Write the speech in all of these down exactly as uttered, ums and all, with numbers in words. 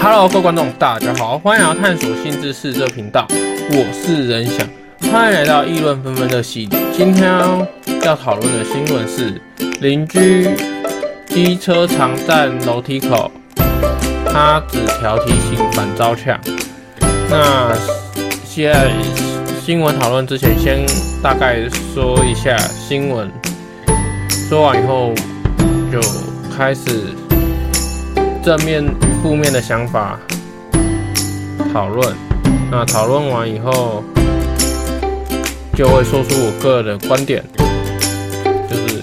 Hello， 各位观众，大家好，欢迎来到探索新知识这频道，我是仁翔，欢迎来到议论纷纷的系列。今天要讨论的新闻是邻居机车常站楼梯口，他纸条提醒反遭抢。那现在新闻讨论之前，先大概说一下新闻，说完以后就开始正面与负面的想法讨论。那讨论完以后，就会说出我个人的观点，就是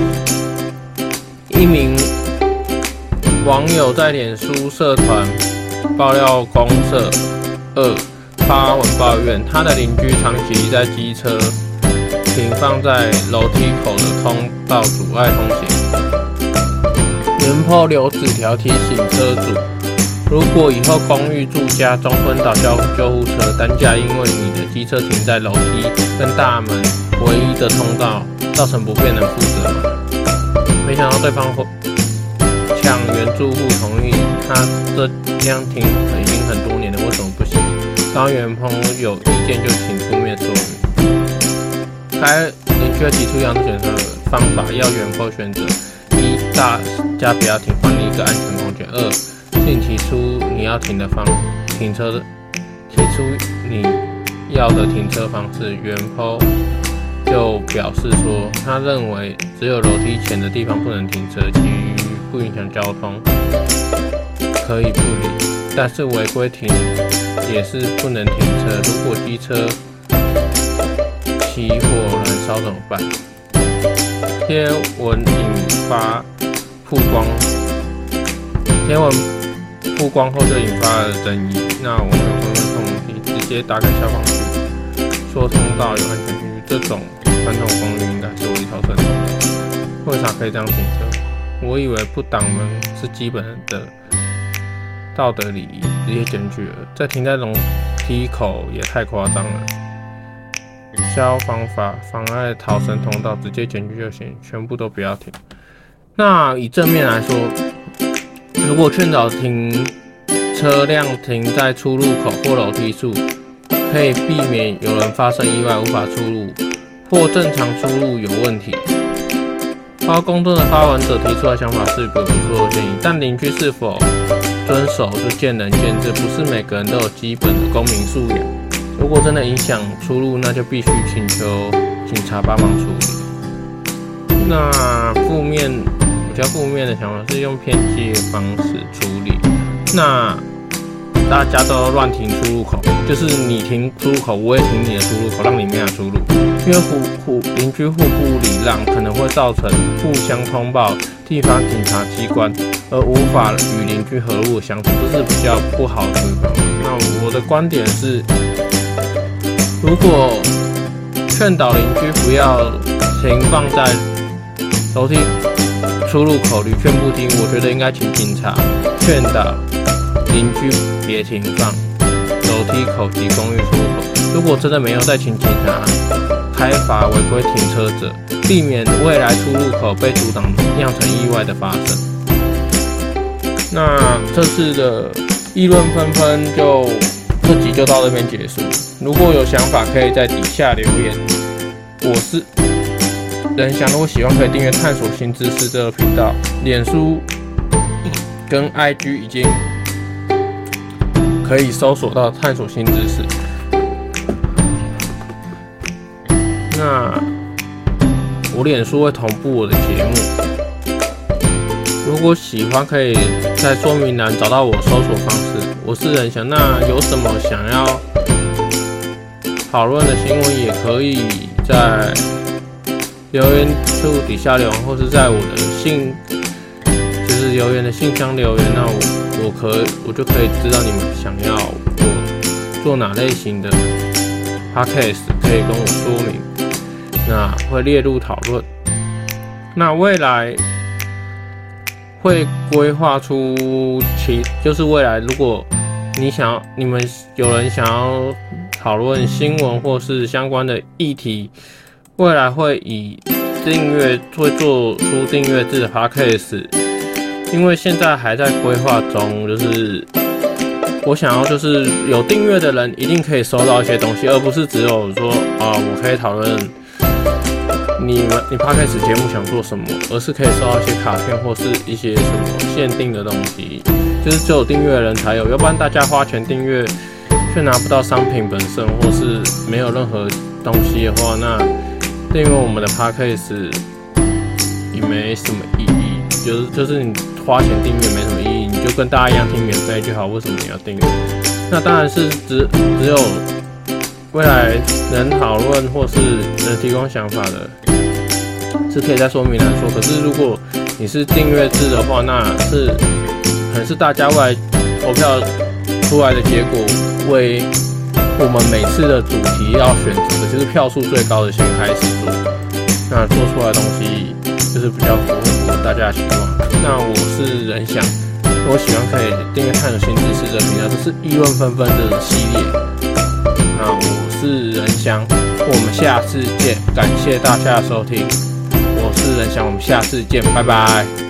一名网友在脸书社团爆料公社二发文抱怨，他的邻居长期在机车停放在楼梯口的通道阻碍通行。原 po 留纸条提醒车主，如果以后公寓住家中昏倒叫救护车，担架因为你的机车停在楼梯跟大门唯一的通道造成不便，能负责吗？没想到对方抢原住户同意，他这样停已经很多年了，为什么不行？当原 po 有意见就请出面说明。该邻居提出两种选择方法，要原 po 选择：一、大家不要停，还你一个安全空间；二、请提出你要停的方停车的，提出你要的停车方式。原 po 就表示说，他认为只有楼梯前的地方不能停车，其余不影响交通，可以不理。但是违规停也是不能停车。如果机车起火燃烧怎么办？贴文引发曝光，贴文曝光后就引发了争议。那网友纷纷痛批，直接打给消防局，说通道有安全禁区，这种传统公寓应该是违逃生的，为啥可以这样停车？我以为不挡门是基本的道德礼仪，直接检举了。再停在楼梯口也太夸张了。消防法妨碍逃生通道，直接检举就行，全部都不要停。那以正面来说，如果劝导停车辆停在出入口或楼梯处，可以避免有人发生意外无法出入，或正常出入有问题。包公众的发文者提出的想法是个不错的建议，但邻居是否遵守就见仁见智，不是每个人都有基本的公民素养。如果真的影响出入，那就必须请求警察帮忙处理。那负面，比较负面的想法是用偏激的方式处理。那大家都乱停出入口，就是你停出入口，我也停你的出入口，让你没法出入。因为互互邻居互不礼让，可能会造成互相通报地方警察机关，而无法与邻居和睦相处，这是比较不好的地方。那我的观点是，如果劝导邻居不要停放在楼梯出入口，屡劝不听，我觉得应该请警察劝导邻居别停放楼梯口及公寓出入口。如果真的没有，再请警察开罚违规停车者，避免未来出入口被阻挡，酿成意外的发生。那这次的议论纷纷就这集就到这边结束。如果有想法，可以在底下留言。我是仁翔，如果喜欢可以订阅探索新知识这个频道，脸书跟 I G 已经可以搜索到探索新知识。那我脸书会同步我的节目，如果喜欢可以在说明栏找到我搜索方式。我是仁翔，那有什么想要讨论的新闻，也可以在留言处底下留言，或是在我的信，就是留言的信箱留言。那我我可我就可以知道你们想要我做哪类型的 podcast， 可以跟我说明，那会列入讨论。那未来会规划出其，就是未来如果你想要，你们有人想要讨论新闻或是相关的议题，未来会以订阅会做出订阅制的 podcast， 因为现在还在规划中，就是我想要就是有订阅的人一定可以收到一些东西，而不是只有说啊，我可以讨论你们你 Podcast 节目想做什么，而是可以收到一些卡片或是一些什么限定的东西，就是只有订阅的人才有，要不然大家花钱订阅却拿不到商品本身，或是没有任何东西的话，那订阅我们的 Podcast 也没什么意义，就是就是你花钱订阅没什么意义，你就跟大家一样听免费就好，为什么你要订阅？那当然是只只有未来能讨论或是能提供想法的，是可以在说明栏说。可是如果你是订阅制的话，那是可能是大家未来投票出来的结果为我们每次的主题要选择的，就是票数最高的先开始做，那做出来的东西就是比较符合大家的期望。那我是仁翔，如果喜欢可以订阅探索新知识的频道，这是议论纷纷的系列。那我是仁翔，我们下次见，感谢大家的收听，我是仁翔，我们下次见，拜拜。